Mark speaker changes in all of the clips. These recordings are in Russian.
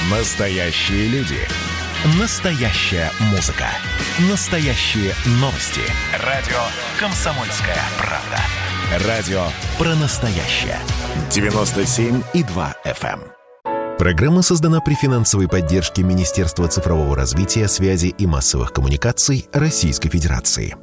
Speaker 1: Настоящие люди. Настоящая музыка. Настоящие новости. Радио «Комсомольская правда». Радио про настоящее. 97,2 FM. Программа создана при финансовой поддержке Министерства цифрового развития, связи и массовых коммуникаций Российской Федерации.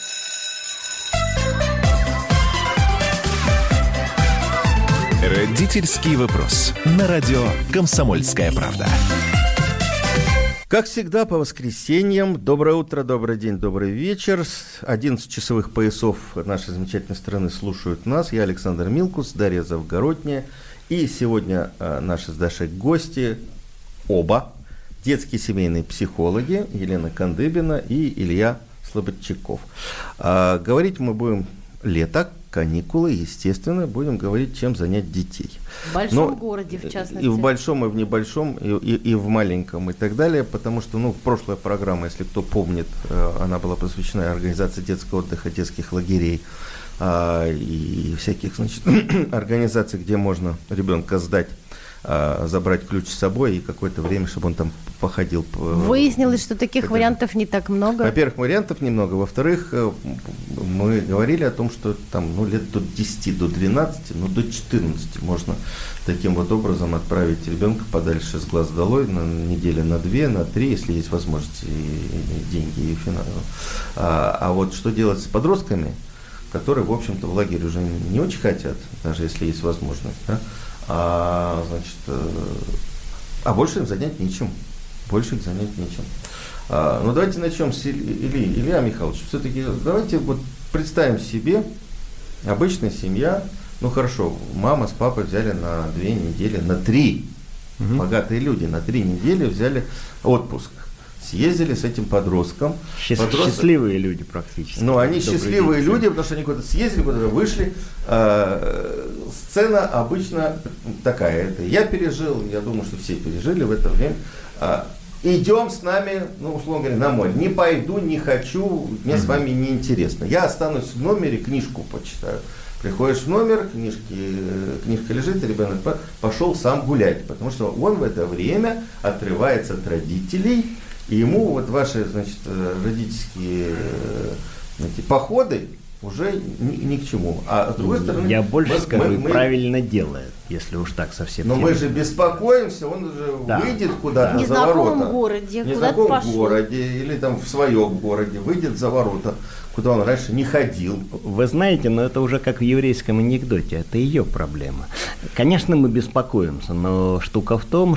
Speaker 1: Родительский вопрос. На радио «Комсомольская правда».
Speaker 2: Как всегда, по воскресеньям. Доброе утро, добрый день, добрый вечер. С 11 часовых поясов нашей замечательной страны слушают нас. Я Александр Милкус, Дарья Завгородняя. И сегодня наши с Дашей гости, оба детские семейные психологи, Елена Кандыбина и Илья Слободчаков. Говорить мы будем лето, каникулы, естественно, будем говорить, чем занять детей.
Speaker 3: В большом городе, в частности.
Speaker 2: И в большом, и в небольшом, и в маленьком, и так далее, потому что, прошлая программа, если кто помнит, она была посвящена организации детского отдыха, детских лагерей и всяких, организаций, где можно ребенка сдать, забрать ключ с собой и какое-то время, чтобы он там походил.
Speaker 3: Выяснилось, что таких вариантов не так много.
Speaker 2: Во-первых, вариантов немного. Во-вторых, мы говорили о том, что там лет до 10, до 12, до 14 можно таким вот образом отправить ребенка подальше с глаз долой на неделю, на 2, на 3, если есть возможность, и деньги, и финансово. А вот что делать с подростками, которые, в общем-то, в лагере уже не очень хотят, даже если есть возможность, да? А больше им занять нечем. Давайте начнем с Илья Михайлович. Все-таки давайте вот представим себе, обычная семья, хорошо, мама с папой взяли на 2 недели, на 3, богатые люди, на 3 недели взяли отпуск. Съездили с этим подростком.
Speaker 4: Счастливые люди практически.
Speaker 2: Они счастливые люди, потому что они куда-то съездили, куда-то вышли. Сцена обычно такая. Это я пережил, я думаю, что все пережили в это время. Идем с нами, условно говоря, на море. Не пойду, не хочу, мне с вами не интересно. Я останусь в номере, книжку почитаю. Приходишь в номер, книжка лежит, и ребенок пошел сам гулять, потому что он в это время отрывается от родителей. И ему ваши, родительские походы уже ни к чему. А с другой стороны...
Speaker 4: Я больше скажу, правильно делает, если уж так совсем.
Speaker 2: Но мы же беспокоимся, он же выйдет куда-то за ворота.
Speaker 3: В незнакомом городе,
Speaker 2: в незнакомом городе или там в своем городе, выйдет за ворота, куда он раньше не ходил.
Speaker 4: Вы знаете, это уже как в еврейском анекдоте, это ее проблема. Конечно, мы беспокоимся, но штука в том,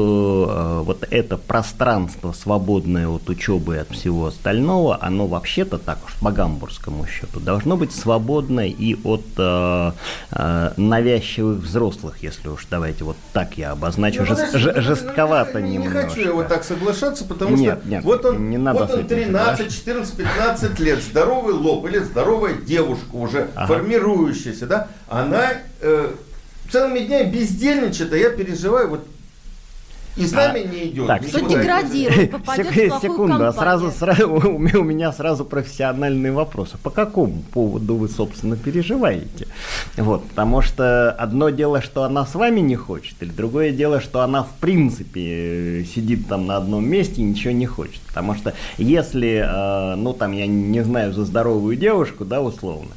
Speaker 4: что вот это пространство, свободное от учебы и от всего остального, оно вообще-то так уж по гамбургскому счету должно быть свободно и от навязчивых взрослых, если уж давайте вот так я обозначу, жестковато немножко.
Speaker 2: Не хочу я вот так соглашаться, потому что вот он 13, 14, 15 лет, здоровый лоб или здоровая девушка уже формирующаяся, да, она целыми днями бездельничает, а я переживаю, и с нами не идет.
Speaker 4: Так,
Speaker 3: что деградирует, попадет в плохую
Speaker 4: секунду,
Speaker 3: компанию.
Speaker 4: у меня сразу профессиональный вопрос. По какому поводу вы, собственно, переживаете? Потому что одно дело, что она с вами не хочет, или другое дело, что она в принципе сидит там на одном месте и ничего не хочет. Потому что если, я не знаю, за здоровую девушку, да, условно,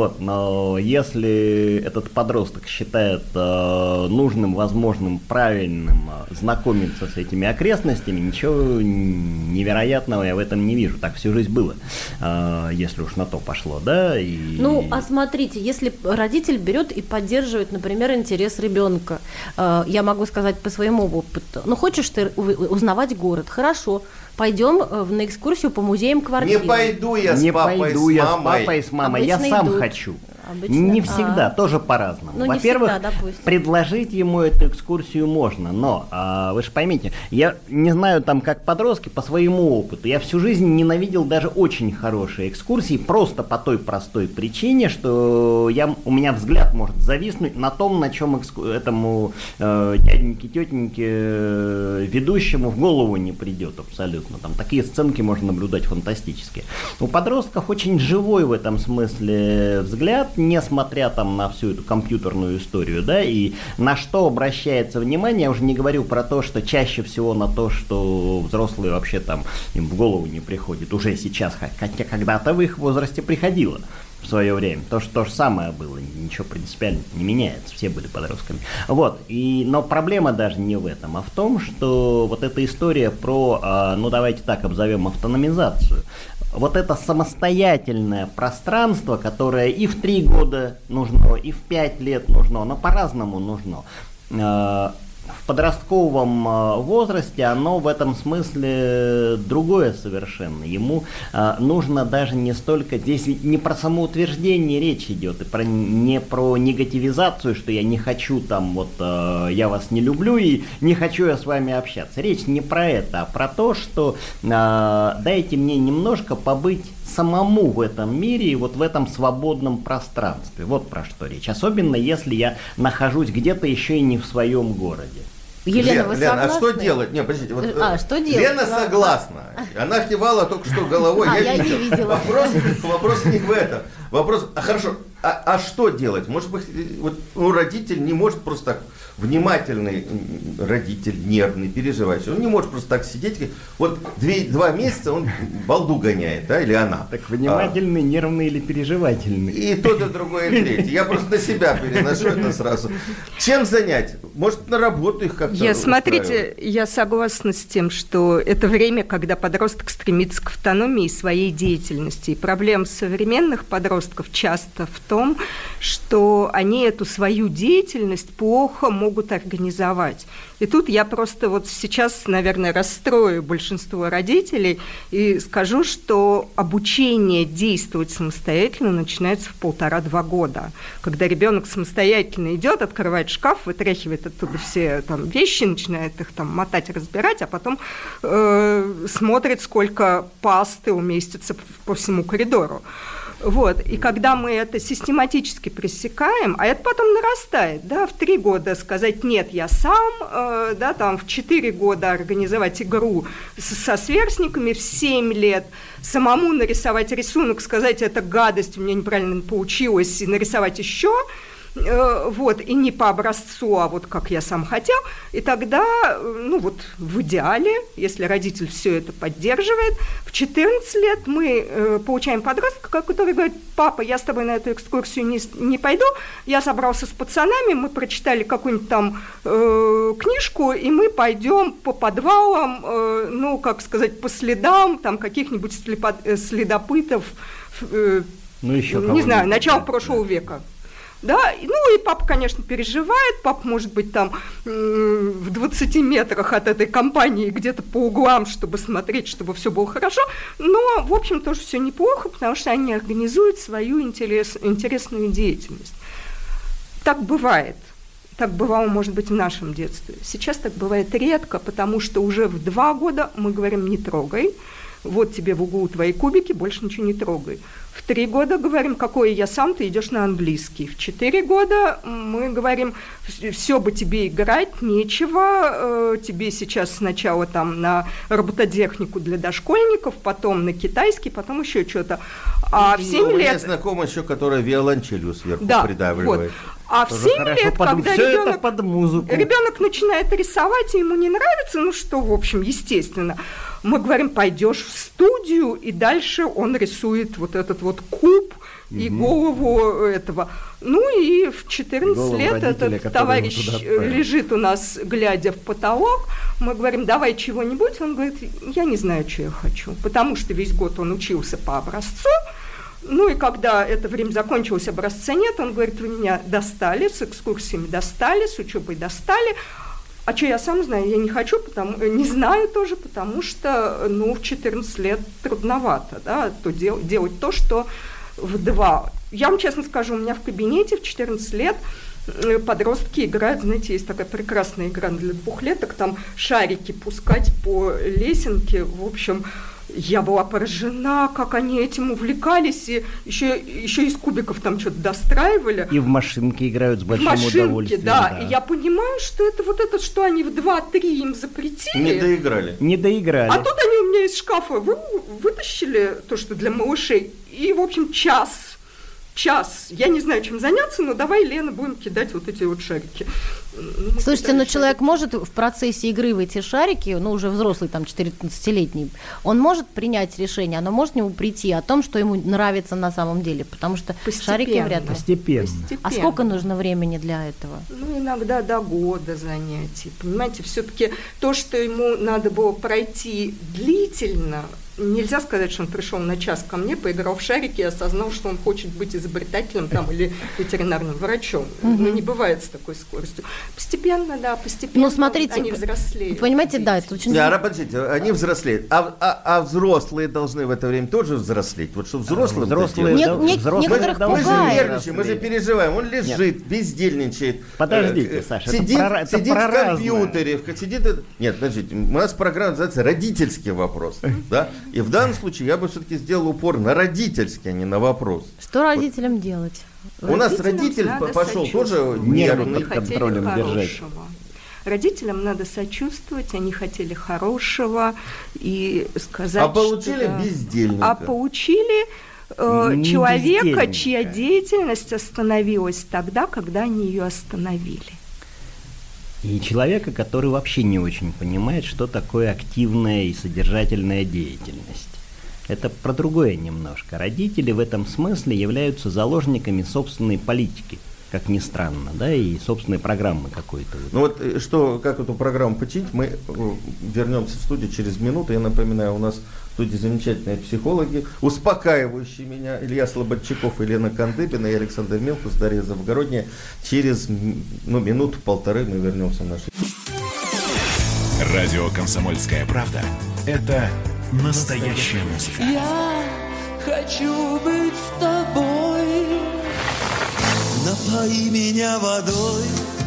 Speaker 4: но если этот подросток считает нужным, возможным, правильным знакомиться с этими окрестностями, ничего невероятного я в этом не вижу. Так всю жизнь было, если уж на то пошло, да?
Speaker 3: Смотрите, если родитель берет и поддерживает, например, интерес ребенка, я могу сказать по своему опыту, хочешь ты узнавать город, хорошо, пойдем на экскурсию по музеям квартиры.
Speaker 2: Не пойду я с папой и с мамой.
Speaker 4: Я сам хочу.
Speaker 3: Обычно?
Speaker 4: Не всегда, тоже по-разному. Во-первых, предложить ему эту экскурсию можно, но вы же поймите, я не знаю там как подростки, по своему опыту, я всю жизнь ненавидел даже очень хорошие экскурсии, просто по той простой причине, что у меня взгляд может зависнуть на том, на чем этому дяденьке, тетеньке, ведущему в голову не придет абсолютно. Там такие сценки можно наблюдать фантастические. У подростков очень живой в этом смысле взгляд, несмотря там на всю эту компьютерную историю, да, и на что обращается внимание, я уже не говорю про то, что чаще всего на то, что взрослые вообще там им в голову не приходит уже сейчас, хотя когда-то в их возрасте приходило в свое время. То же самое было, ничего принципиально не меняется, все были подростками. Вот, но проблема даже не в этом, а в том, что вот эта история про, ну давайте так обзовем, автономизацию. Вот это самостоятельное пространство, которое и в 3 года нужно, и в 5 лет нужно, но по-разному нужно. В подростковом возрасте оно в этом смысле другое совершенно. Ему нужно даже не столько, здесь не про самоутверждение речь идет, и не про негативизацию, что я не хочу там, вот я вас не люблю и не хочу я с вами общаться. Речь не про это, а про то, что дайте мне немножко побыть самому в этом мире и вот в этом свободном пространстве. Вот про что речь. Особенно если я нахожусь где-то еще и не в своем городе.
Speaker 3: Елена, вы
Speaker 2: Лена,
Speaker 3: согласны?
Speaker 2: а что делать? Не, подождите. Вот,
Speaker 3: что делать?
Speaker 2: Лена согласна. Она кивала только что головой.
Speaker 3: Я не видела.
Speaker 2: Вопрос не в этом. Вопрос, хорошо, а что делать? Может быть, вот, родитель не может просто так, внимательный родитель, нервный, переживающий, он не может просто так сидеть, вот 2 месяца он балду гоняет, да, или она.
Speaker 4: Так внимательный, нервный или переживательный?
Speaker 2: И то, и другое, и третье. Я просто на себя переношу это сразу. Чем занять? Может, на работу их как-то
Speaker 5: Смотрите, я согласна с тем, что это время, когда подросток стремится к автономии своей деятельности. И проблема современных подростков часто в том, что они эту свою деятельность плохо могут организовать. И тут я просто вот сейчас, наверное, расстрою большинство родителей и скажу, что обучение действовать самостоятельно начинается в 1,5-2 года. Когда ребенок самостоятельно идет, открывает шкаф, вытряхивает оттуда все там вещи, начинает их там мотать, разбирать, а потом смотрит, сколько пасты уместится по всему коридору. Вот. И когда мы это систематически пресекаем, а это потом нарастает, да, в 3 года сказать «нет, я сам», да, там, в 4 года организовать игру со сверстниками, в 7 лет самому нарисовать рисунок, сказать «это гадость, у меня неправильно получилось», и нарисовать еще. Вот, и не по образцу, а вот как я сам хотел, и тогда, ну вот, в идеале, если родитель все это поддерживает, в 14 лет мы получаем подростка, который говорит: папа, я с тобой на эту экскурсию не пойду, я собрался с пацанами, мы прочитали какую-нибудь там книжку, и мы пойдем по подвалам, ну, как сказать, по следам там каких-нибудь следопытов,
Speaker 4: ну, еще
Speaker 5: не знаю, начала прошлого века. Да, ну и папа, конечно, переживает, папа может быть там в 20 метрах от этой компании где-то по углам, чтобы смотреть, чтобы все было хорошо, но, в общем, тоже все неплохо, потому что они организуют свою интересную деятельность. Так бывает. Так бывало, может быть, в нашем детстве. Сейчас так бывает редко, потому что уже в 2 года мы говорим: не трогай, вот тебе в углу твои кубики, больше ничего не трогай. В 3 года говорим: какой я сам, ты идешь на английский. В 4 года мы говорим: все бы тебе играть, нечего, тебе сейчас сначала там на робототехнику для дошкольников, потом на китайский, потом еще что-то. А в 7 лет... У меня
Speaker 2: знакомая еще, которая виолончелью сверху придавливает.
Speaker 5: Вот. А в 7 лет, когда ребенок начинает рисовать, и ему не нравится, ну что, в общем, естественно, мы говорим: пойдешь в студию, и дальше он рисует вот этот вот куб и голову этого. Ну и в 14 лет этот товарищ лежит у нас, глядя в потолок, мы говорим: давай чего-нибудь, он говорит: я не знаю, что я хочу, потому что весь год он учился по образцу. Ну и когда это время закончилось, образца нет, он говорит: вы меня достали, с экскурсиями достали, с учебой достали. А что я сам знаю? Я не хочу, не знаю тоже, потому что, ну, в 14 лет трудновато, да, делать то, что в 2. Я вам честно скажу, у меня в кабинете в 14 лет подростки играют, знаете, есть такая прекрасная игра для 2-леток, там шарики пускать по лесенке, в общем... Я была поражена, как они этим увлекались, и еще из кубиков там что-то достраивали.
Speaker 4: И в машинки играют с большим удовольствием.
Speaker 5: Да. И я понимаю, что это вот это, что они в 2-3 им запретили.
Speaker 2: Не доиграли.
Speaker 5: А тут они у меня из шкафа вытащили то, что для малышей, и, в общем, час час, я не знаю, чем заняться, но давай, Лена, будем кидать вот эти вот шарики.
Speaker 3: Слушайте, но человек может в процессе игры в эти шарики, ну, уже взрослый, там, 14-летний, он может принять решение, оно может к нему прийти о том, что ему нравится на самом деле, потому что шарики вряд ли.
Speaker 4: Постепенно.
Speaker 3: А сколько нужно времени для этого?
Speaker 5: Ну, иногда до года занятий. Понимаете, все-таки то, что ему надо было пройти длительно, нельзя сказать, что он пришел на час ко мне, поиграл в шарики и осознал, что он хочет быть изобретателем там, или ветеринарным врачом. Ну, не бывает с такой скоростью. Постепенно, да, постепенно.
Speaker 3: Ну, смотрите,
Speaker 5: они взрослеют.
Speaker 3: Понимаете, да, это очень...
Speaker 2: Подождите, они взрослеют. А взрослые должны в это время тоже взрослеть? Вот что взрослым
Speaker 3: некоторых пугает.
Speaker 2: Мы же переживаем. Он лежит, бездельничает.
Speaker 4: Подождите, Саша,
Speaker 2: сидит в компьютере. Нет, подождите, у нас программа называется «Родительский вопрос». Да? И в данном случае я бы все-таки сделал упор на родительский, а не на вопрос.
Speaker 3: Что родителям делать?
Speaker 2: У нас родитель пошел тоже нервный.
Speaker 4: Контролем держать.
Speaker 5: Родителям надо сочувствовать, они хотели хорошего и сказать,
Speaker 2: а получили бездельника.
Speaker 5: А получили человека, чья деятельность остановилась тогда, когда они ее остановили.
Speaker 4: И человека, который вообще не очень понимает, что такое активная и содержательная деятельность. Это про другое немножко. Родители в этом смысле являются заложниками собственной политики, как ни странно, да, и собственной программы какой-то.
Speaker 2: Ну вот, как эту программу починить, мы вернемся в студию через минуту. Я напоминаю, у нас в студии замечательные психологи, успокаивающие меня, Илья Слободчиков, Елена Кандыбина и Александр Милкус, Дарья Завгородняя. Через минуту-полторы мы вернемся в наш эфир.
Speaker 1: Радио «Комсомольская правда» — это настоящая музыка.
Speaker 6: Я хочу быть с тобой. Напои меня водой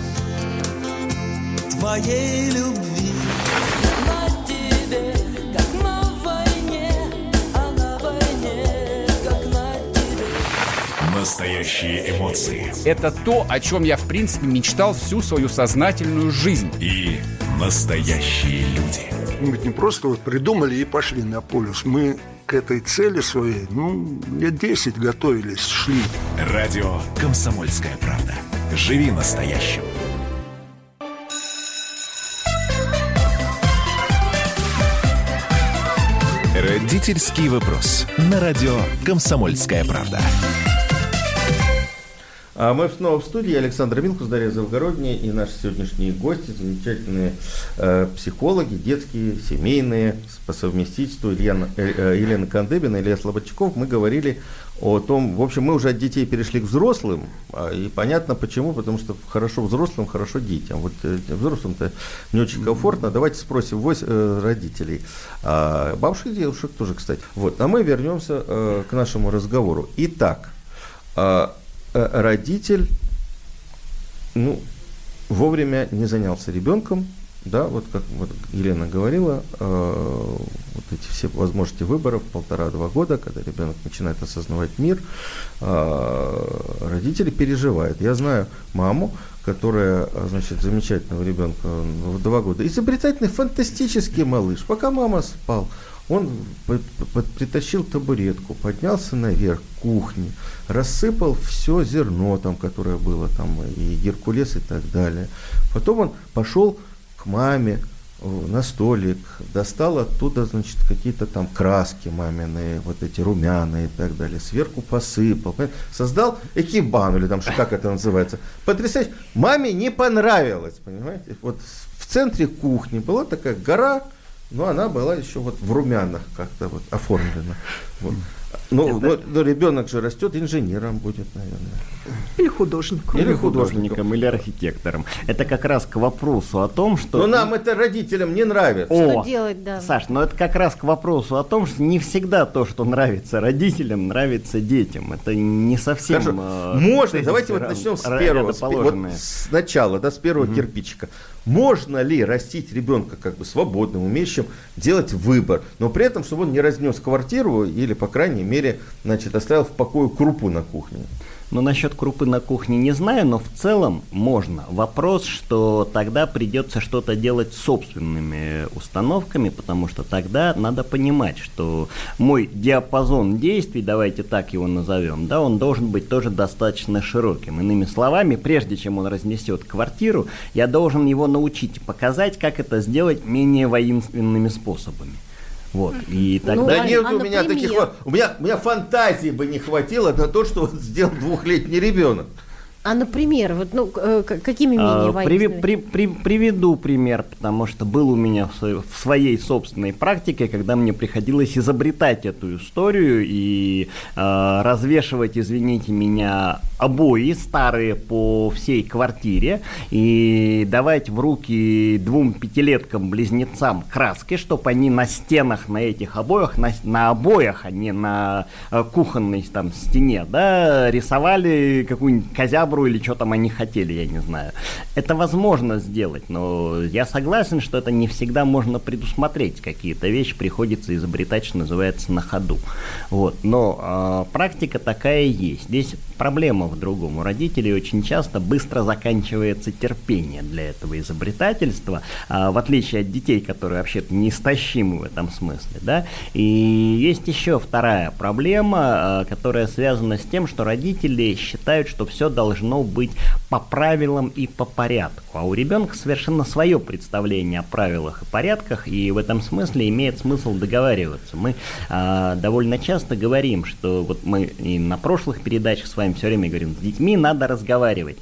Speaker 6: твоей любви. На тебе, как на войне, а на войне, как на тебе.
Speaker 1: Настоящие эмоции.
Speaker 7: Это то, о чем я, в принципе, мечтал всю свою сознательную жизнь.
Speaker 1: И настоящие люди.
Speaker 8: Мы ведь не просто вот придумали и пошли на полюс. Мы к этой цели своей, лет 10 готовились, шли.
Speaker 1: Радио «Комсомольская правда». Живи настоящим. Родительский вопрос. На радио «Комсомольская правда».
Speaker 2: А мы снова в студии. Александр Милкус, Дарья Завгородняя и наши сегодняшние гости, замечательные психологи, детские, семейные, по совместительству Елена Кандыбина, Илья Слободчиков. Мы говорили о том, в общем, мы уже от детей перешли к взрослым, и понятно почему, потому что хорошо взрослым, хорошо детям. Вот взрослым-то не очень комфортно. Давайте спросим родителей, бабушек и дедушек тоже, кстати. Вот, а мы вернемся к нашему разговору. Итак, родитель, вовремя не занялся ребенком, да, вот как вот Елена говорила, вот эти все возможности выборов 1,5-2 года, когда ребенок начинает осознавать мир, родители переживают. Я знаю маму, которая, значит, замечательного ребенка в 2 года, изобретательный, фантастический малыш. Пока мама спал, он притащил табуретку, поднялся наверх кухни, рассыпал все зерно, там, которое было, там, и геркулес и так далее. Потом он пошел к маме на столик, достал оттуда, значит, какие-то там краски маминые, вот эти румяные и так далее, сверху посыпал, создал экибан, или там, как это называется, потрясающе. Маме не понравилось, понимаете, вот в центре кухни была такая гора, но она была еще вот в румянах как-то вот оформлена. Вот. Но ребенок же растет, инженером будет, наверное.
Speaker 5: Или художником.
Speaker 4: Или художником, или архитектором. Это как раз к вопросу о том, что...
Speaker 2: Но нам это родителям не нравится.
Speaker 3: Что делать, да.
Speaker 4: Саш, это как раз к вопросу о том, что не всегда то, что нравится родителям, нравится детям. Это не совсем...
Speaker 2: Хорошо. Можно, давайте вот начнем с первого. Вот сначала, да, с первого кирпичика. Можно ли растить ребенка как бы свободным, умеющим делать выбор, но при этом, чтобы он не разнес квартиру или, по крайней мере, значит, оставил в покое крупу на кухне?
Speaker 4: Но насчет крупы на кухне не знаю, но в целом можно. Вопрос, что тогда придется что-то делать с собственными установками, потому что тогда надо понимать, что мой диапазон действий, давайте так его назовем, да, он должен быть тоже достаточно широким. Иными словами, прежде чем он разнесет квартиру, я должен его научить, показать, как это сделать менее воинственными способами. Вот, и тогда...
Speaker 2: Да нет у меня таких... У меня фантазии бы не хватило на то, что сделал 2-летний ребенок.
Speaker 3: А, например, вот, ну, какими менее воинственными?
Speaker 4: Приведу пример, потому что был у меня в своей собственной практике, когда мне приходилось изобретать эту историю и развешивать, извините меня, обои старые по всей квартире и давать в руки 2 5-леткам-близнецам краски, чтобы они на стенах, на этих обоях, на обоях, а не на кухонной там стене, да, рисовали какую-нибудь козябру или что там они хотели, я не знаю. Это возможно сделать, но я согласен, что это не всегда можно предусмотреть. Какие-то вещи приходится изобретать, что называется, на ходу. Вот. Но практика такая есть. Здесь проблема в другом. У родителей очень часто быстро заканчивается терпение для этого изобретательства, в отличие от детей, которые вообще-то неистощимы в этом смысле. Да? И есть еще вторая проблема, которая связана с тем, что родители считают, что все должно быть по правилам и по порядку. А у ребенка совершенно свое представление о правилах и порядках, и в этом смысле имеет смысл договариваться. Мы довольно часто говорим, что вот мы и на прошлых передачах с вами все время говорим, с детьми надо разговаривать,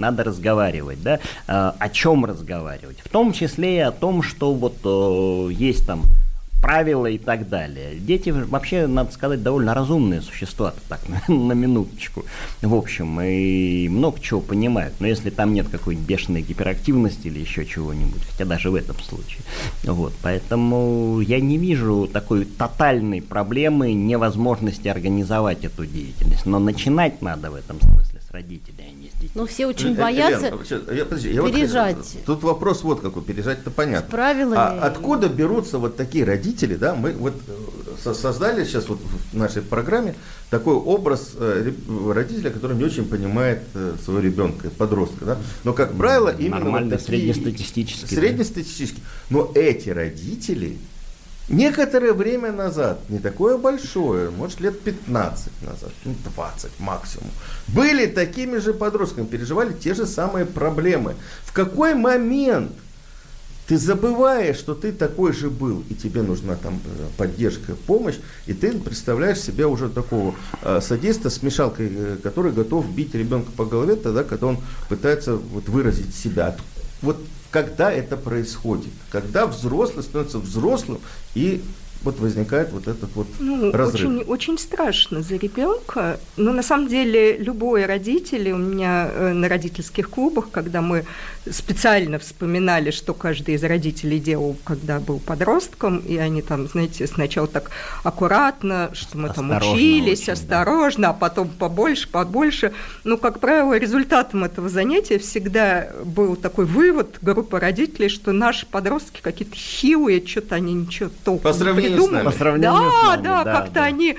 Speaker 4: да? О чем разговаривать? В том числе и о том, что вот есть там правила и так далее. Дети вообще, надо сказать, довольно разумные существа, так, на минуточку. В общем, и много чего понимают. Но если там нет какой-нибудь бешеной гиперактивности или еще чего-нибудь, хотя даже в этом случае. Вот, поэтому я не вижу такой тотальной проблемы невозможности организовать эту деятельность. Но начинать надо в этом смысле с родителей, а не с детьми.
Speaker 3: Ну, все очень боятся пережать.
Speaker 2: Тут вопрос вот какой, пережать-то понятно.
Speaker 3: С правилами.
Speaker 2: А откуда берутся вот такие родители, да? Мы вот создали сейчас вот в нашей программе такой образ родителя, который не очень понимает своего ребенка, подростка, да? Но, как правило, именно
Speaker 4: нормально,
Speaker 2: вот такие...
Speaker 4: среднестатистический.
Speaker 2: Среднестатистический. Но эти родители... Некоторое время назад, не такое большое, может лет 15 назад, 20 максимум, были такими же подростками, переживали те же самые проблемы. В какой момент ты забываешь, что ты такой же был, и тебе нужна там поддержка, помощь, и ты представляешь себя уже такого садиста с мешалкой, который готов бить ребенка по голове тогда, когда он пытается вот выразить себя. Вот когда это происходит, когда взрослый становится взрослым и вот возникает вот этот вот разрыв.
Speaker 5: Очень, очень страшно за ребенка. Но на самом деле любой родитель, у меня на родительских клубах, когда мы специально вспоминали, что каждый из родителей делал, когда был подростком, и они там, знаете, сначала так аккуратно, что мы там учились, очень, осторожно, а потом побольше. Но, как правило, результатом этого занятия всегда был такой вывод группы родителей, что наши подростки какие-то хилые, что-то они ничего толком не придумали.
Speaker 4: По сравнению с нами.
Speaker 5: Да, как-то они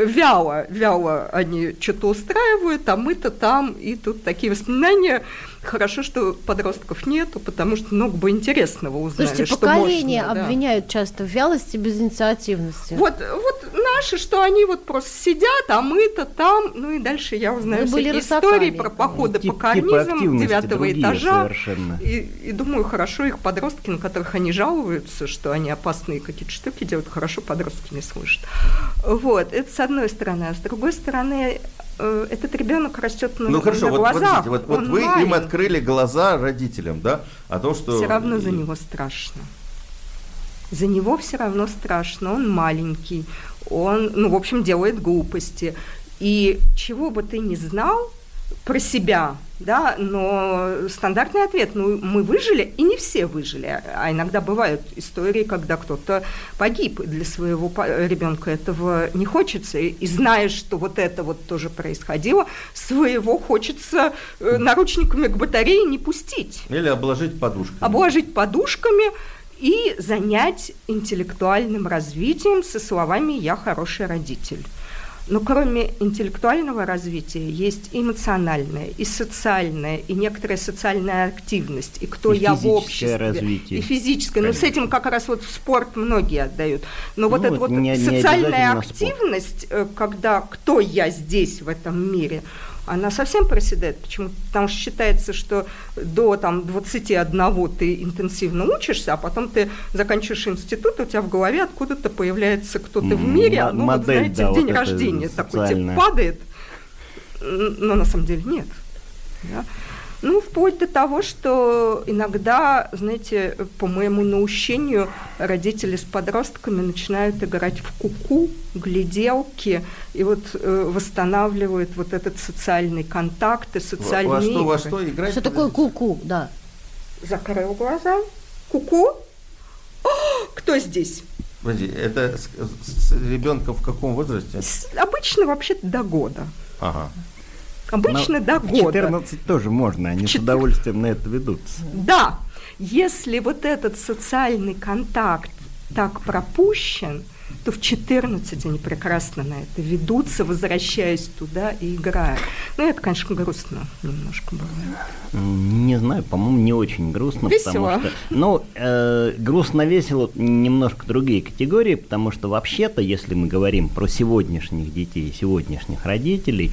Speaker 5: вяло они что-то устраивают, а мы-то там, и тут такие воспоминания. Хорошо, что подростков нету, потому что много бы интересного узнали.
Speaker 3: Слушайте,
Speaker 5: что
Speaker 3: поколение
Speaker 5: можно,
Speaker 3: обвиняют часто в вялости, безинициативности.
Speaker 5: Вот наши, что они вот просто сидят, а мы-то там, ну и дальше я узнаю всякие истории про походы по карнизам 9-го этажа. И думаю, хорошо, их подростки, на которых они жалуются, что они опасные какие-то штуки делают, хорошо, подростки не слышат. Вот, это с одной стороны. А с другой стороны, этот ребенок растет на глазах.
Speaker 2: Вот вы им открыли глаза родителям, да, о том, что...
Speaker 5: Все равно за него страшно. За него все равно страшно. Он маленький, он, в общем, делает глупости. И чего бы ты ни знал про себя, да, но стандартный ответ, мы выжили, и не все выжили, а иногда бывают истории, когда кто-то погиб, для своего ребенка этого не хочется, и знаешь, что вот это вот тоже происходило, своего хочется наручниками к батарее не пустить.
Speaker 2: Или обложить подушками.
Speaker 5: Обложить подушками и занять интеллектуальным развитием со словами «я хороший родитель». Но кроме интеллектуального развития есть эмоциональное, и социальное, и некоторая социальная активность, и кто я в обществе.
Speaker 4: Развитие.
Speaker 5: И физическое. Но с этим как раз вот в спорт многие отдают. Но вот эта вот
Speaker 4: не
Speaker 5: социальная активность, когда кто я здесь, в этом мире, она совсем проседает. Почему? Потому что считается, что до 21 ты интенсивно учишься, а потом ты заканчиваешь институт, у тебя в голове откуда-то появляется кто ты в мире,
Speaker 4: модель,
Speaker 5: в день рождения такой тебе падает, но на самом деле нет. Да? Вплоть до того, что иногда, знаете, по моему наущению, родители с подростками начинают играть в куку, гляделки, и восстанавливают вот этот социальный контакт и социальные игры.
Speaker 2: Во что играть?
Speaker 3: Что такое куку, да?
Speaker 5: Закрыл глаза. Куку? Кто здесь?
Speaker 2: Подожди, это с ребенком в каком возрасте?
Speaker 5: Обычно вообще-то до года.
Speaker 2: Ага.
Speaker 5: Обычно до года.
Speaker 4: 14 тоже можно, они с удовольствием на это ведутся.
Speaker 5: Да, если вот этот социальный контакт так пропущен, то в 14 они прекрасно на это ведутся, возвращаясь туда и играют. Это, конечно, грустно немножко бывает.
Speaker 4: Не знаю, по-моему, не очень грустно.
Speaker 5: Весело.
Speaker 4: Потому что, грустно-весело немножко другие категории, потому что вообще-то, если мы говорим про сегодняшних детей, сегодняшних родителей,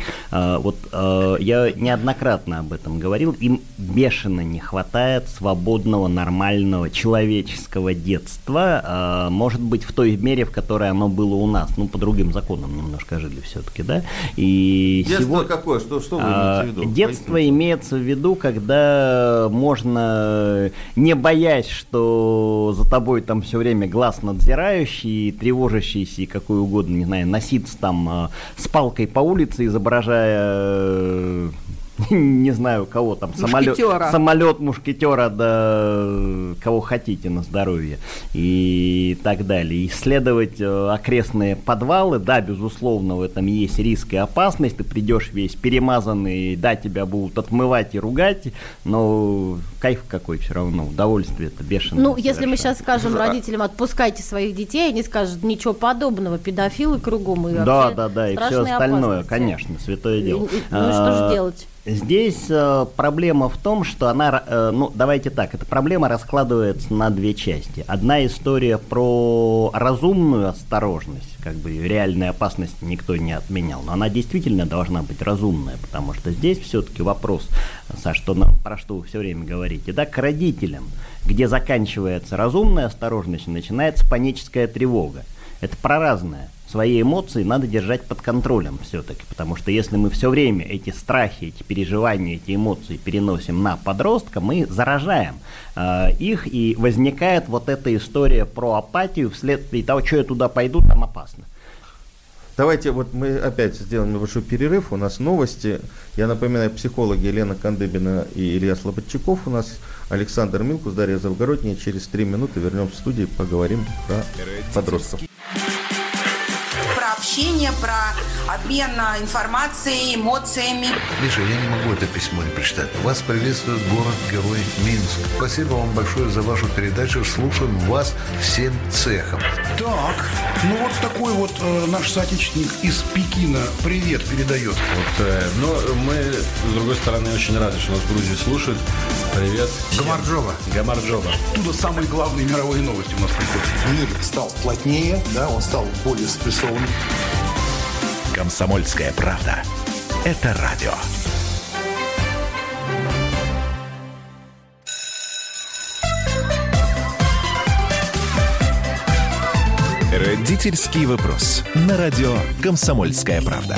Speaker 4: я неоднократно об этом говорил, им бешено не хватает свободного, нормального, человеческого детства, может быть, в той мере, в которой оно было у нас, по другим законам немножко жили все-таки, да? И
Speaker 2: детство какое? Что вы имеете в виду?
Speaker 4: Детство имеется в виду, когда можно, не боясь, что за тобой там все время глаз надзирающий, тревожащийся и какой угодно, не знаю, носиться там с палкой по улице, изображая... не знаю, кого там, самолет мушкетера, да кого хотите на здоровье и так далее. Исследовать окрестные подвалы, да, безусловно, в этом есть риск и опасность, ты придешь весь перемазанный, да, тебя будут отмывать и ругать, но кайф какой все равно, удовольствие-то бешеное.
Speaker 3: Если мы сейчас скажем родителям, отпускайте своих детей, они скажут, ничего подобного, педофилы кругом и
Speaker 4: вообще и все остальное, опасности. Конечно, святое дело.
Speaker 3: Что же делать?
Speaker 4: Здесь проблема в том, что она, давайте так, эта проблема раскладывается на две части. Одна история про разумную осторожность, реальной опасности никто не отменял, но она действительно должна быть разумная, потому что здесь все-таки вопрос, Саш, про что вы все время говорите, да, к родителям, где заканчивается разумная осторожность и начинается паническая тревога. Это про разное. Свои эмоции надо держать под контролем все-таки, потому что если мы все время эти страхи, эти переживания, эти эмоции переносим на подростка, мы заражаем их, и возникает вот эта история про апатию вследствие того, что я туда пойду, там опасно.
Speaker 2: Давайте мы опять сделаем небольшой перерыв, у нас новости. Я напоминаю, психологи Елена Кандыбина и Илья Слободчиков, у нас Александр Милкус, Дарья Завгородняя. Через 3 минуты вернемся в студию и поговорим про подростков.
Speaker 9: Общение, про обмен информацией, эмоциями.
Speaker 10: Миша, я не могу это письмо не прочитать. Вас приветствует город-герой Минск. Спасибо вам большое за вашу передачу. Слушаем вас всем цехом.
Speaker 11: Так, такой наш соотечественник из Пекина привет передает.
Speaker 12: Но мы, с другой стороны, очень рады, что нас в Грузии слушают. Привет. Гамарджоба.
Speaker 11: Оттуда самые главные мировые новости у нас приходят. Мир стал плотнее, да, он стал более спрессованным.
Speaker 1: «Комсомольская правда» – это радио. Родительский вопрос. На радио «Комсомольская правда».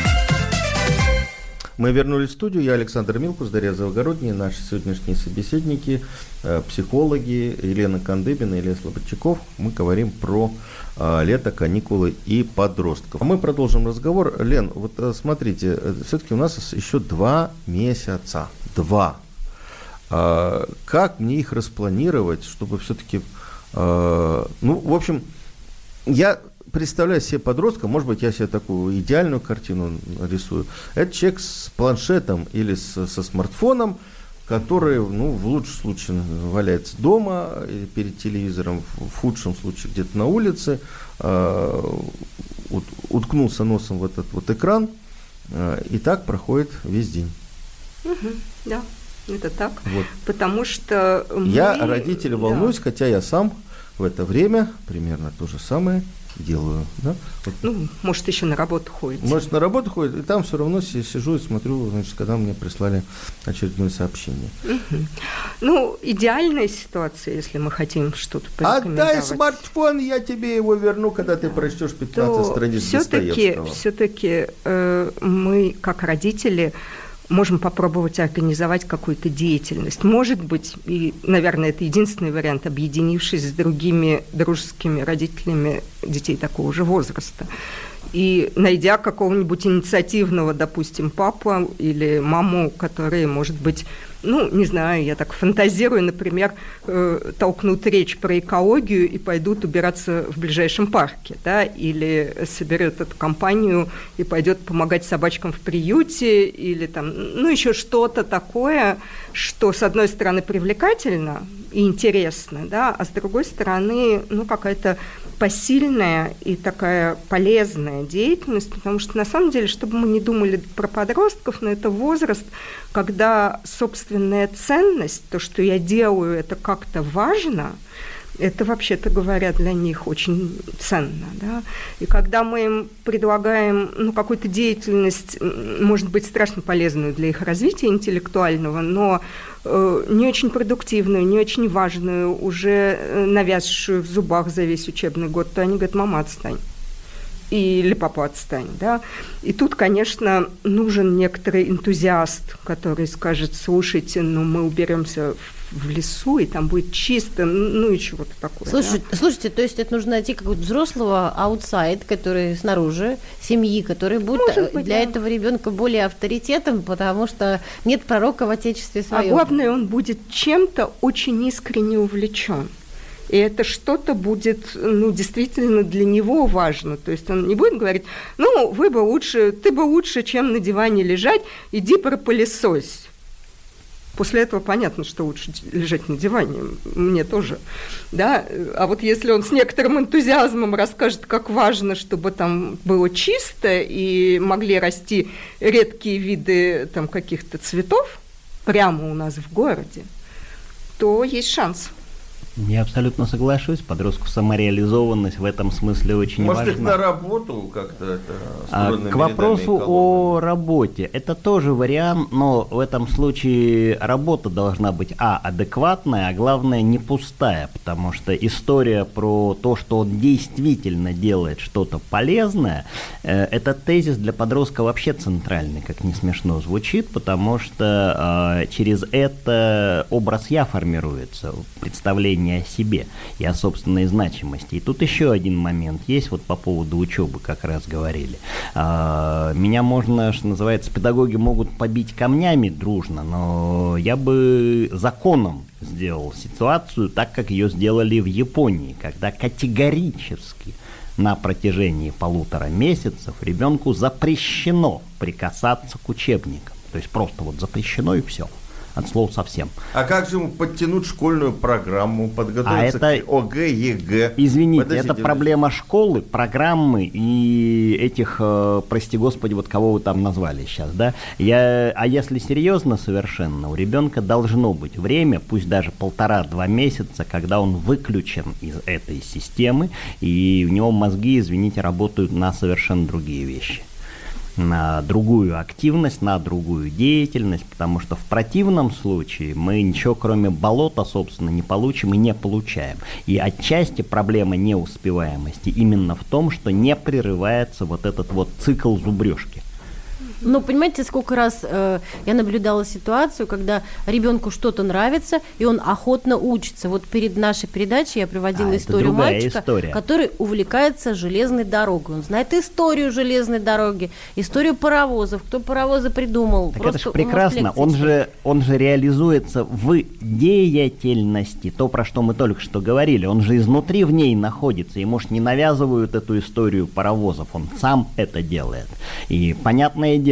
Speaker 2: Мы вернулись в студию. Я Александр Милкус, Дарья Завгородняя, наши сегодняшние собеседники, психологи Елена Кандыбина и Илья Слободчиков. Мы говорим про лето, каникулы и подростков. Мы продолжим разговор. Лен, смотрите, все-таки у нас еще 2 месяца. 2. Как мне их распланировать, чтобы все-таки... в общем, я представляю себе подростка, может быть, я себе такую идеальную картину рисую. Это человек с планшетом или со смартфоном, который, в лучшем случае валяется дома или перед телевизором, в худшем случае где-то на улице, уткнулся носом в этот вот экран, и так проходит весь день.
Speaker 5: Да, это так.
Speaker 2: Вот.
Speaker 5: Потому что
Speaker 2: я, родитель, волнуюсь, хотя я сам в это время примерно то же самое делаю. Да? Вот.
Speaker 5: Ну, может, еще на работу ходит.
Speaker 2: Может, на работу ходит, и там все равно сижу и смотрю, значит, когда мне прислали очередное сообщение.
Speaker 5: Ну, идеальная ситуация, если мы хотим что-то порекомендовать.
Speaker 2: Отдай смартфон, я тебе его верну, когда ты прочтешь 15 страниц Достоевского.
Speaker 5: Все-таки мы, как родители, можем попробовать организовать какую-то деятельность. Может быть, и, наверное, это единственный вариант, объединившись с другими дружескими родителями детей такого же возраста. И найдя какого-нибудь инициативного, допустим, папу или маму, которые, может быть, ну, не знаю, я так фантазирую, например, толкнут речь про экологию и пойдут убираться в ближайшем парке, да, или соберет эту компанию и пойдет помогать собачкам в приюте, или там, ну, еще что-то такое, что, с одной стороны, привлекательно и интересно, да, а с другой стороны, ну, какая-то посильная и такая полезная деятельность, потому что, на самом деле, чтобы мы не думали про подростков, но это возраст, когда собственная ценность, то, что я делаю, это как-то важно, это, вообще-то говоря, для них очень ценно. Да? И когда мы им предлагаем ну, какую-то деятельность, может быть, страшно полезную для их развития интеллектуального, но не очень продуктивную, не очень важную, уже навязшую в зубах за весь учебный год, то они говорят: мама, отстань. Или папа, отстань. Да? И тут, конечно, нужен некоторый энтузиаст, который скажет: слушайте, ну мы уберемся в лесу, и там будет чисто, ну и чего-то такое.
Speaker 3: Слушайте, то есть это нужно найти какого-то взрослого аутсайд, который снаружи семьи, который будет для этого ребенка более авторитетом, потому что нет пророка в отечестве своем.
Speaker 5: А главное, он будет чем-то очень искренне увлечен. И это что-то будет, ну, действительно для него важно. То есть он не будет говорить: ну, ты бы лучше, чем на диване лежать, иди пропылесось. После этого понятно, что лучше лежать на диване, мне тоже, да. А вот если он с некоторым энтузиазмом расскажет, как важно, чтобы там было чисто и могли расти редкие виды там каких-то цветов прямо у нас в городе, то есть шанс.
Speaker 4: Я абсолютно соглашусь. Подростку самореализованность в этом смысле очень важна.
Speaker 2: Может, их на работу как-то
Speaker 4: к вопросу о работе. Это тоже вариант, но в этом случае работа должна быть адекватная, а главное не пустая, потому что история про то, что он действительно делает что-то полезное, этот тезис для подростка вообще центральный, как не смешно звучит, потому что через это образ «я» формируется, представление о себе и о собственной значимости. И тут еще один момент есть, вот по поводу учебы как раз говорили. Меня можно, что называется, педагоги могут побить камнями дружно, но я бы законом сделал ситуацию так, как ее сделали в Японии, когда категорически на протяжении 1,5 месяцев ребенку запрещено прикасаться к учебникам. То есть просто вот запрещено и все. От слова совсем.
Speaker 2: А как же ему подтянуть школьную программу, подготовиться к ОГЭ, ЕГЭ?
Speaker 4: Извините, это проблема школы, программы и этих, прости господи, вот кого вы там назвали сейчас, да? А если серьезно совершенно, у ребенка должно быть время, пусть даже 1,5-2 месяца, когда он выключен из этой системы, и у него мозги, извините, работают на совершенно другие вещи. На другую активность, на другую деятельность, потому что в противном случае мы ничего кроме болота, собственно, не получим и не получаем. И отчасти проблема неуспеваемости именно в том, что не прерывается вот этот вот цикл зубрежки.
Speaker 3: Ну, понимаете, сколько раз я наблюдала ситуацию, когда ребенку что-то нравится, и он охотно учится. Вот перед нашей передачей я приводила историю мальчика, который увлекается железной дорогой. Он знает историю железной дороги, историю паровозов, кто паровозы придумал.
Speaker 4: Так это же прекрасно. Он же реализуется в деятельности, то, про что мы только что говорили. Он же изнутри в ней находится, ему ж не навязывают эту историю паровозов. Он сам это делает. И понятное дело,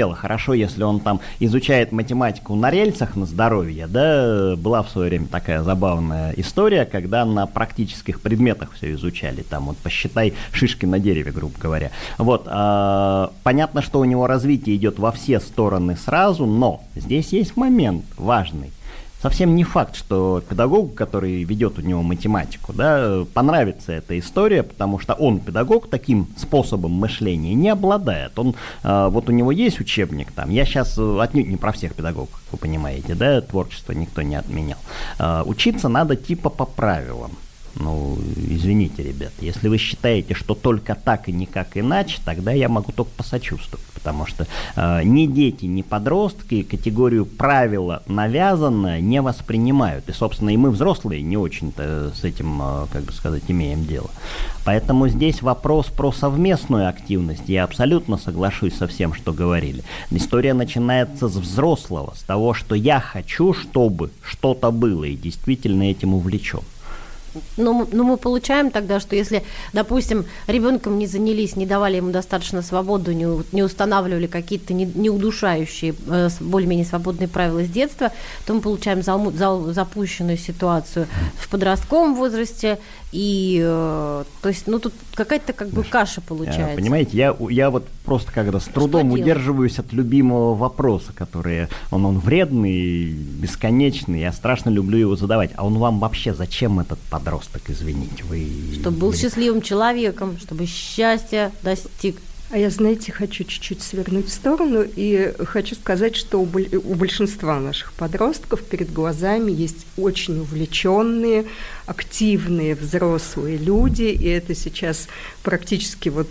Speaker 4: дело. Хорошо, если он там изучает математику на рельсах на здоровье, да, была в свое время такая забавная история, когда на практических предметах все изучали, там вот посчитай шишки на дереве, грубо говоря. Вот, понятно, что у него развитие идет во все стороны сразу, но здесь есть момент важный. Совсем не факт, что педагогу, который ведет у него математику, да, понравится эта история, потому что он, педагог, таким способом мышления не обладает. Он, вот у него есть учебник, там, я сейчас отнюдь не про всех педагогов, как вы понимаете, да, творчество никто не отменял. Учиться надо типа по правилам. Ну, извините, ребят, если вы считаете, что только так и никак иначе, тогда я могу только посочувствовать, потому что ни дети, ни подростки категорию правила навязанное не воспринимают, и, собственно, и мы, взрослые, не очень-то с этим, как бы сказать, имеем дело. Поэтому здесь вопрос про совместную активность, я абсолютно соглашусь со всем, что говорили. История начинается с взрослого, с того, что я хочу, чтобы что-то было, и действительно этим увлечен.
Speaker 3: Но мы получаем тогда, что если, допустим, ребенком не занялись, не давали ему достаточно свободу, не устанавливали какие-то не удушающие, более-менее свободные правила с детства, то мы получаем запущенную ситуацию в подростковом возрасте, и, то есть, ну, тут какая-то как бы каша получается.
Speaker 4: Понимаете, я вот просто когда с трудом удерживаюсь от любимого вопроса, который, он вредный, бесконечный, я страшно люблю его задавать. А он вам вообще зачем этот подросток, извините?
Speaker 3: Чтобы был счастливым человеком, чтобы счастья достиг.
Speaker 5: А я, знаете, хочу чуть-чуть свернуть в сторону и хочу сказать, что у большинства наших подростков перед глазами есть очень увлеченные, активные взрослые люди, и это сейчас практически вот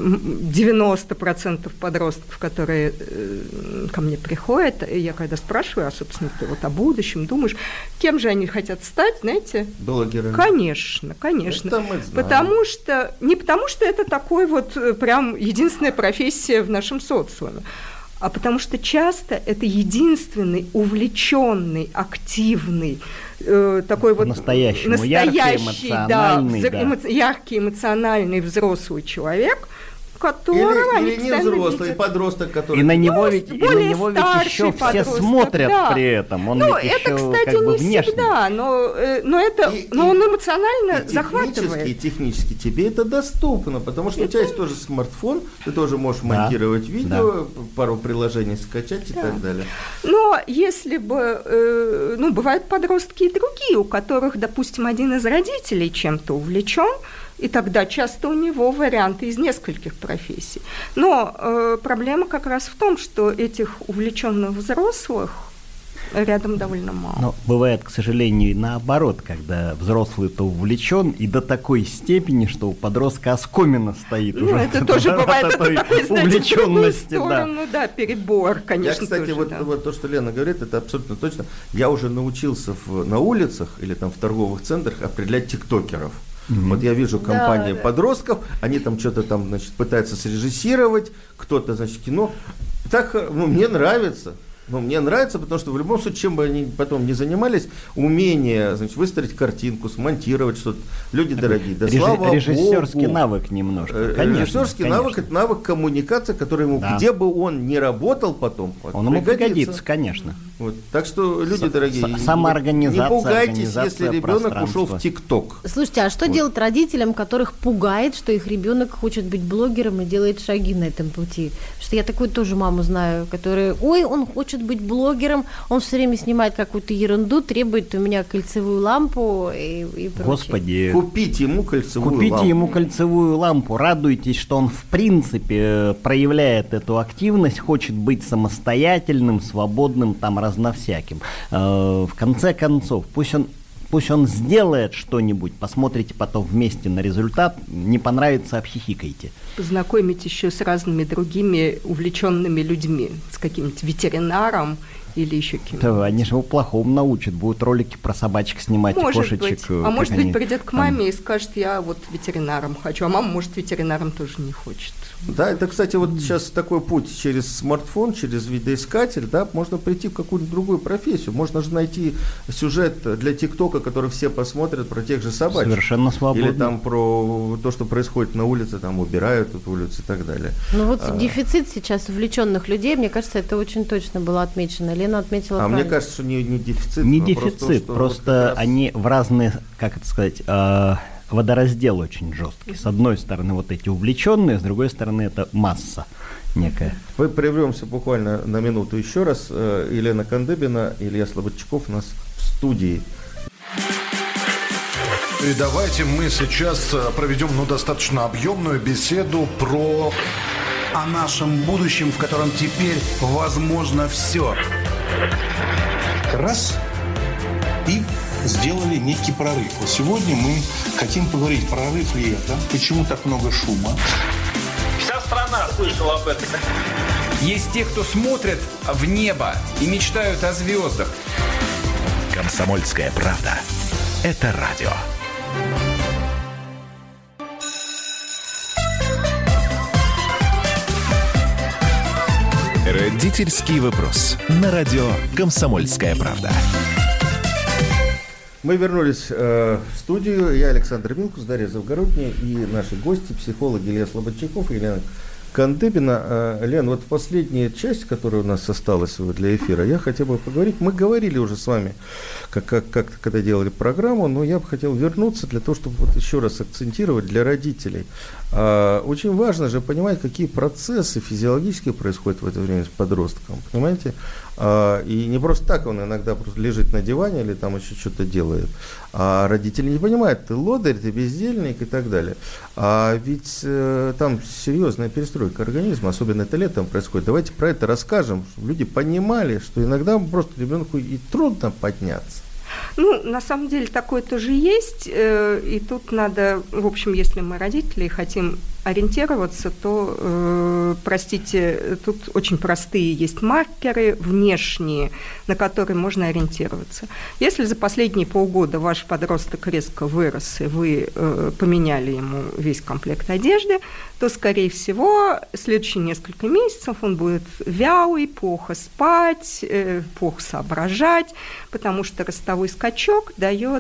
Speaker 5: 90% подростков, которые ко мне приходят, и я когда спрашиваю, а, собственно, ты вот о будущем думаешь, кем же они хотят стать, знаете?
Speaker 2: Блогерами.
Speaker 5: Конечно. Это мы знаем. Не потому что это такой вот прям единственная профессия в нашем социуме, а потому что часто это единственный увлеченный, активный, такой вот
Speaker 4: настоящий,
Speaker 5: яркий, эмоциональный взрослый человек, которого
Speaker 2: или не взрослый, подросток, который...
Speaker 4: И на него ведь еще все смотрят при этом. Он ведь
Speaker 5: это,
Speaker 4: еще,
Speaker 5: кстати,
Speaker 4: как бы,
Speaker 5: не
Speaker 4: внешний.
Speaker 5: всегда, но он эмоционально захватывает.
Speaker 2: И технически тебе это доступно, потому что у тебя есть тоже смартфон, ты тоже можешь монтировать видео, пару приложений скачать и так далее.
Speaker 5: Но если бы... бывают подростки и другие, у которых, допустим, один из родителей чем-то увлечен, и тогда часто у него варианты из нескольких профессий. Но проблема как раз в том, что этих увлеченных взрослых рядом довольно мало.
Speaker 4: Но бывает, к сожалению, наоборот, когда взрослый-то увлечен и до такой степени, что у подростка оскомина стоит уже.
Speaker 5: Это тоже бывает такой,
Speaker 4: увлеченности,
Speaker 5: да, перебор, конечно.
Speaker 2: Я, кстати, вот то, что Лена говорит, это абсолютно точно. Я уже научился на улицах или там в торговых центрах определять тиктокеров. Вот я вижу компании подростков, они там что-то там, значит, пытаются срежиссировать, кто-то, значит, кино. Так, мне нравится. Мне нравится, потому что в любом случае, чем бы они потом ни занимались, умение, значит, выстроить картинку, смонтировать что-то. Люди дорогие, да слава Богу.
Speaker 4: Режиссерский навык немножко, конечно.
Speaker 2: Режиссерский навык – это навык коммуникации, который ему, где бы он ни работал потом,
Speaker 4: он ему пригодится, конечно.
Speaker 2: Вот. Так что, люди дорогие,
Speaker 4: самоорганизация,
Speaker 2: не пугайтесь, если ребенок ушел в ТикТок.
Speaker 3: Слушайте, а что делать родителям, которых пугает, что их ребенок хочет быть блогером и делает шаги на этом пути? Потому что я такую тоже маму знаю, которая, он хочет быть блогером, он все время снимает какую-то ерунду, требует у меня кольцевую лампу и прочее.
Speaker 4: Господи,
Speaker 2: купите ему кольцевую лампу.
Speaker 4: Радуйтесь, что он в принципе проявляет эту активность, хочет быть самостоятельным, свободным, там разновсяким. В конце концов, пусть он сделает что-нибудь, посмотрите потом вместе на результат, не понравится, обхихикайте.
Speaker 5: Познакомить еще с разными другими увлеченными людьми, с каким-нибудь ветеринаром или еще кем-то.
Speaker 4: Да, они же его плохому научат, будут ролики про собачек снимать,
Speaker 5: может
Speaker 4: кошечек.
Speaker 5: Быть. А может быть, придет к маме и скажет, я вот ветеринаром хочу, а мама, может, ветеринаром тоже не хочет.
Speaker 2: Да, это, кстати, вот сейчас такой путь через смартфон, через видоискатель, да, можно прийти в какую-нибудь другую профессию. Можно же найти сюжет для ТикТока, который все посмотрят про тех же собачек.
Speaker 4: Совершенно свободно.
Speaker 2: Или там про то, что происходит на улице, там убирают тут улицу и так далее.
Speaker 3: Ну вот дефицит сейчас увлеченных людей, мне кажется, это очень точно было отмечено. Лена отметила правильно.
Speaker 2: Мне кажется, что не дефицит.
Speaker 4: Не дефицит, просто вот они в разные, как это сказать, водораздел очень жесткий. С одной стороны, вот эти увлеченные, с другой стороны, это масса некая.
Speaker 2: Мы прервемся буквально на минуту еще раз. Елена Кандыбина, Илья Слободчиков у нас в студии.
Speaker 10: И давайте мы сейчас проведем достаточно объемную беседу про...
Speaker 11: О нашем будущем, в котором теперь возможно все. Раз и сделали некий прорыв. Вот сегодня мы хотим поговорить, прорыв ли это, почему так много шума.
Speaker 13: Вся страна слышала об этом.
Speaker 7: Есть те, кто смотрят в небо и мечтают о звездах.
Speaker 1: «Комсомольская правда» – это радио. Родительский вопрос. На радио «Комсомольская правда».
Speaker 2: Мы вернулись в студию. Я Александр Милкус, Дарья Завгородняя и наши гости, психологи Илья Слободчиков и Елена Кандыбина. Лен, вот последняя часть, которая у нас осталась для эфира, я хотел бы поговорить. Мы говорили уже с вами, когда делали программу, но я бы хотел вернуться для того, чтобы вот еще раз акцентировать для родителей. Очень важно же понимать, какие процессы физиологически происходят в это время с подростком, понимаете? И не просто так он иногда просто лежит на диване или там еще что-то делает. А родители не понимают, ты лодырь, ты бездельник и так далее. А ведь там серьезная перестройка организма, особенно это летом происходит. Давайте про это расскажем, чтобы люди понимали, что иногда просто ребенку и трудно подняться.
Speaker 5: Ну, на самом деле, такое тоже есть, и тут надо, в общем, если мы родители и хотим ориентироваться, то, простите, тут очень простые есть маркеры внешние, на которые можно ориентироваться. Если за последние полгода ваш подросток резко вырос, и вы поменяли ему весь комплект одежды, то, скорее всего, следующие несколько месяцев он будет вялый, плохо спать, плохо соображать, потому что ростовой скачок дает,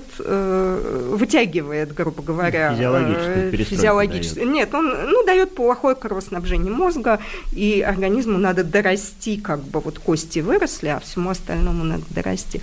Speaker 5: вытягивает, грубо говоря, физиологическую. Нет, он дает плохое кровоснабжение мозга, и организму надо дорасти, как бы вот кости выросли, а всему остальному надо дорасти.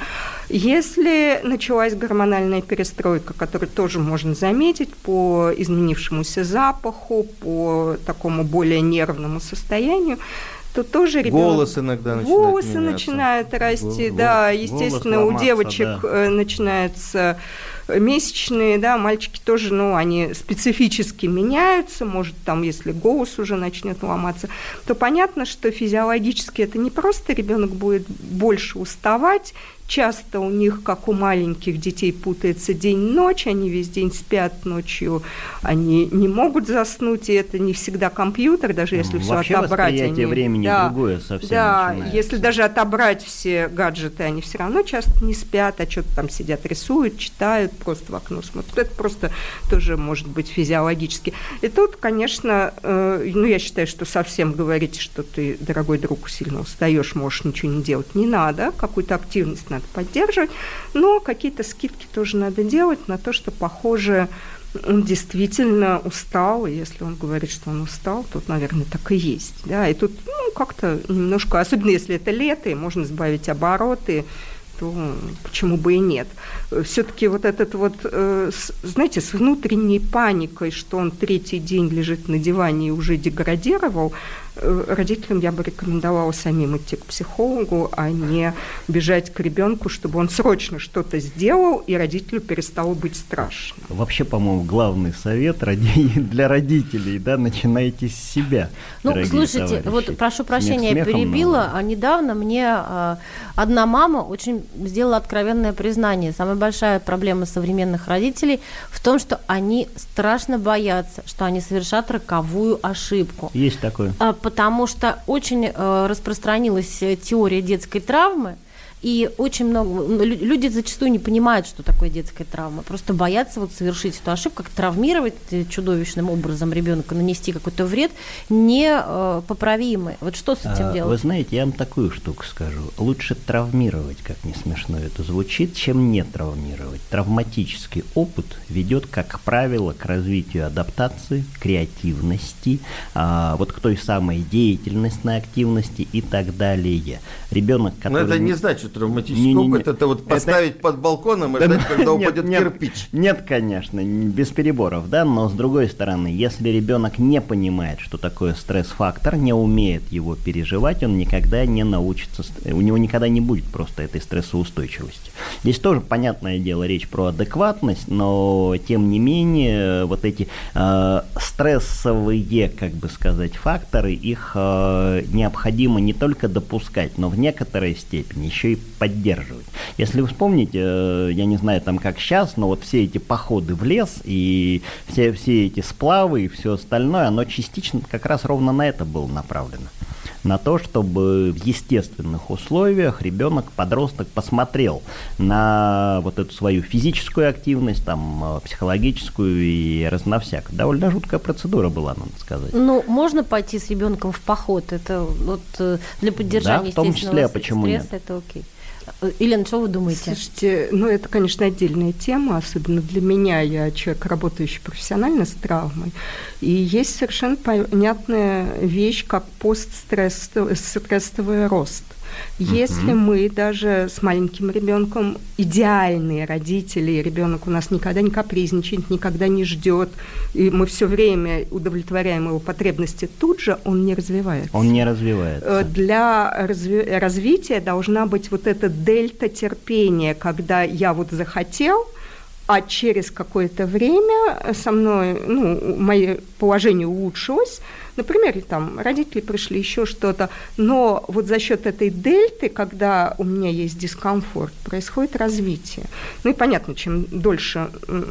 Speaker 5: Если началась гормональная перестройка, которую тоже можно заметить по изменившемуся запаху, по такому более нервному состоянию, то тоже ребенок...
Speaker 2: Волосы иногда
Speaker 5: начинают расти, да, естественно, у девочек начинаются месячные, да, мальчики тоже, они специфически меняются, может, там, если голос уже начнет ломаться, то понятно, что физиологически это не просто ребенок будет больше уставать, часто у них, как у маленьких детей, путается день-ночь, они весь день спят ночью, они не могут заснуть, и это не всегда компьютер, даже если все отобрать.
Speaker 4: Восприятие времени другое совсем начинается.
Speaker 5: Если даже отобрать все гаджеты, они все равно часто не спят, а что-то там сидят, рисуют, читают, просто в окно смотрят. Это просто тоже может быть физиологически. И тут, конечно, я считаю, что совсем говорить, что ты, дорогой друг, сильно устаешь, можешь ничего не делать, не надо, какую-то активность надо поддерживать, но какие-то скидки тоже надо делать на то, что, похоже, он действительно устал, и если он говорит, что он устал, то, наверное, так и есть. Да? И тут как-то немножко, особенно если это лето, и можно сбавить обороты, то почему бы и нет. Все-таки вот этот вот, знаете, с внутренней паникой, что он третий день лежит на диване и уже деградировал, родителям я бы рекомендовала самим идти к психологу, а не бежать к ребенку, чтобы он срочно что-то сделал, и родителю перестало быть страшно.
Speaker 4: Вообще, по-моему, главный совет для родителей, да, начинайте с себя.
Speaker 3: Слушайте,
Speaker 4: товарищи.
Speaker 3: вот прошу прощения, я перебила, а недавно мне одна мама очень сделала откровенное признание. Самая большая проблема современных родителей в том, что они страшно боятся, что они совершат роковую ошибку.
Speaker 4: Есть такое.
Speaker 3: Потому что очень распространилась теория детской травмы, И очень много... Люди зачастую не понимают, что такое детская травма. Просто боятся вот совершить эту ошибку, как травмировать чудовищным образом ребенка, нанести какой-то вред непоправимый. Вот что с этим делать?
Speaker 4: Вы знаете, я вам такую штуку скажу. Лучше травмировать, как не смешно это звучит, чем не травмировать. Травматический опыт ведет, как правило, к развитию адаптации, креативности, вот к той самой деятельностной активности и так далее. Ребенок, который...
Speaker 2: Но это не значит травматический опыт, это вот поставить под балконом и ждать, когда упадет кирпич.
Speaker 4: Нет, конечно, без переборов, да, но с другой стороны, если ребенок не понимает, что такое стресс-фактор, не умеет его переживать, он никогда не научится, у него никогда не будет просто этой стрессоустойчивости. Здесь тоже, понятное дело, речь про адекватность, но тем не менее вот эти стрессовые, как бы сказать, факторы, их необходимо не только допускать, но в некоторой степени еще и поддерживать. Если вы вспомните, я не знаю там как сейчас, но вот все эти походы в лес и все эти сплавы и все остальное, оно частично как раз ровно на это было направлено. На то, чтобы в естественных условиях ребенок, подросток посмотрел на вот эту свою физическую активность, там, психологическую и разновсякую. Довольно жуткая процедура была, надо сказать.
Speaker 3: Ну, можно пойти с ребенком в поход, это вот для поддержания
Speaker 4: естественного стресса,
Speaker 3: почему нет? Это окей. Елена, что вы думаете?
Speaker 5: Слушайте, это, конечно, отдельная тема, особенно для меня. Я человек, работающий профессионально с травмой. И есть совершенно понятная вещь, как постстрессовый рост. Если мы даже с маленьким ребенком идеальные родители, ребенок у нас никогда не капризничает, никогда не ждет, и мы все время удовлетворяем его потребности, тут же он не развивается.
Speaker 4: Он не развивается.
Speaker 5: Для развития должна быть вот эта дельта терпения, когда я вот захотел, а через какое-то время со мной, мое положение улучшилось, например, там родители пришли, еще что-то, но вот за счет этой дельты, когда у меня есть дискомфорт, происходит развитие. Ну и понятно, чем дольше,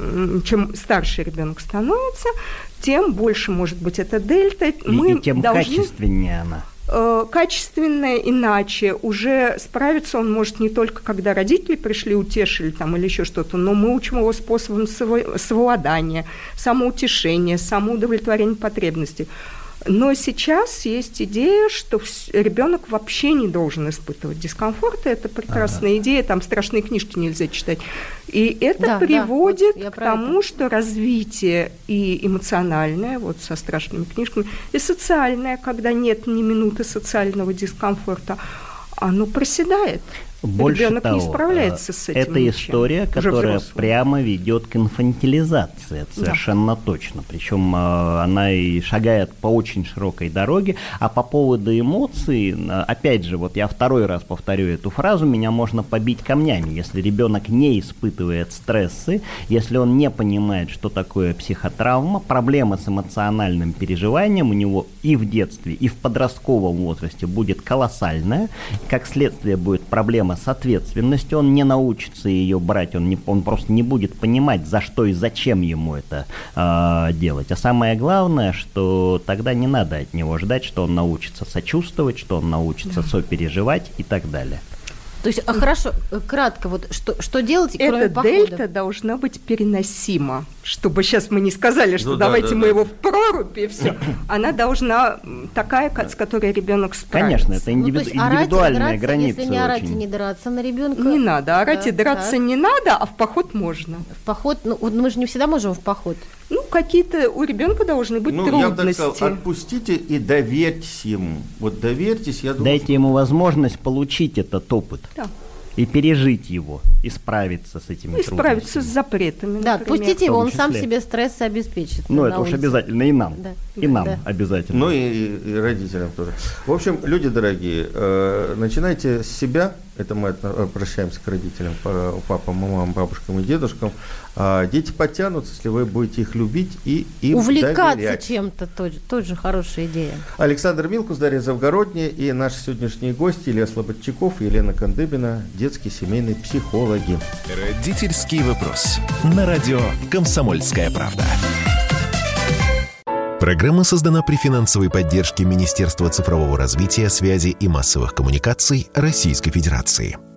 Speaker 5: чем старше ребенок становится, тем больше может быть эта дельта.
Speaker 4: И тем качественнее она.
Speaker 5: Качественно, иначе. Уже справиться он может не только, когда родители пришли, утешили там, или еще что-то, но мы учим его способом совладания, самоутешения, самоудовлетворения потребностей. Но сейчас есть идея, что ребенок вообще не должен испытывать дискомфорта. Это прекрасная идея, там страшные книжки нельзя читать. И это приводит к тому, что развитие и эмоциональное, вот со страшными книжками, и социальное, когда нет ни минуты социального дискомфорта, оно проседает.
Speaker 4: Больше
Speaker 5: ребенок
Speaker 4: того,
Speaker 5: не справляется с этим.
Speaker 4: Это история, которая прямо ведет к инфантилизации, совершенно точно. Причем она и шагает по очень широкой дороге. А по поводу эмоций, опять же, вот я второй раз повторю эту фразу, меня можно побить камнями. Если ребенок не испытывает стрессы, если он не понимает, что такое психотравма, проблема с эмоциональным переживанием у него и в детстве, и в подростковом возрасте будет колоссальная. Как следствие будет проблема с ответственностью, он не научится ее брать, он просто не будет понимать, за что и зачем ему это делать. А самое главное, что тогда не надо от него ждать, что он научится сочувствовать, что он научится сопереживать и так далее.
Speaker 3: То есть, хорошо, кратко, вот что делать, кроме
Speaker 5: эта
Speaker 3: походов?
Speaker 5: Дельта должна быть переносима, чтобы сейчас мы не сказали, что давайте мы его в прорубь и все. Она должна такая, с которой ребенок справится.
Speaker 4: Конечно, это индивидуальная граница.
Speaker 3: Если не орать и не драться на ребенка.
Speaker 5: Не надо, орать и драться не надо, а в поход можно.
Speaker 3: В поход, мы же не всегда можем в поход.
Speaker 5: Какие-то у ребенка должны быть трудности.
Speaker 2: Я бы так сказал, отпустите и доверьтесь ему. Вот доверьтесь, я думаю.
Speaker 4: Дайте ему возможность получить этот опыт.
Speaker 5: Да.
Speaker 4: И пережить его, и справиться с этими трудностями.
Speaker 5: И справиться с запретами,
Speaker 3: Да,
Speaker 5: например.
Speaker 3: отпустите его, он сам себе стресс обеспечит.
Speaker 4: Это уж обязательно и нам.
Speaker 3: Да.
Speaker 4: И нам обязательно.
Speaker 2: И родителям тоже. В общем, люди дорогие, начинайте с себя. Это мы обращаемся к родителям, папам, мамам, бабушкам и дедушкам. Дети подтянутся, если вы будете их любить и им
Speaker 3: увлекаться
Speaker 2: доверять.
Speaker 3: чем-то, тоже хорошая идея.
Speaker 2: Александр Милкус, Дарья Завгородняя и наши сегодняшние гости Илья Слободчаков и Елена Кандыбина, детские семейные психологи.
Speaker 1: Родительский вопрос. На радио «Комсомольская правда». Программа создана при финансовой поддержке Министерства цифрового развития, связи и массовых коммуникаций Российской Федерации.